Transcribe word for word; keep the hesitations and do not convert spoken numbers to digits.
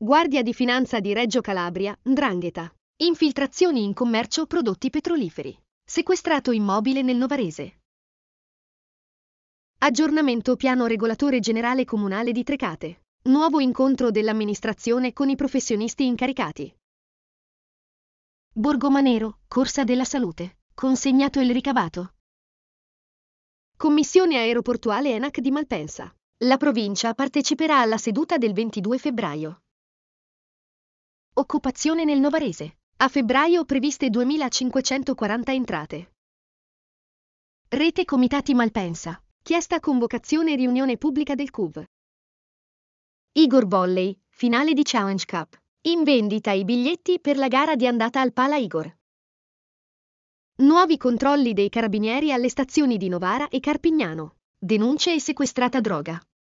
Guardia di Finanza di Reggio Calabria, 'ndrangheta. Infiltrazioni in commercio prodotti petroliferi. Sequestrato immobile nel Novarese. Aggiornamento piano regolatore generale comunale di Trecate. Nuovo incontro dell'amministrazione con i professionisti incaricati. Borgomanero, Corsa della Salute. Consegnato il ricavato. Commissione aeroportuale ENAC di Malpensa. La provincia parteciperà alla seduta del ventidue febbraio. Occupazione nel Novarese. A febbraio previste duemilacinquecentoquaranta entrate. Rete Comitati Malpensa. Chiesta convocazione riunione pubblica del C U V. Igor Volley, finale di Challenge Cup. In vendita i biglietti per la gara di andata al Pala Igor. Nuovi controlli dei carabinieri alle stazioni di Novara e Carpignano. Denunce e sequestrata droga.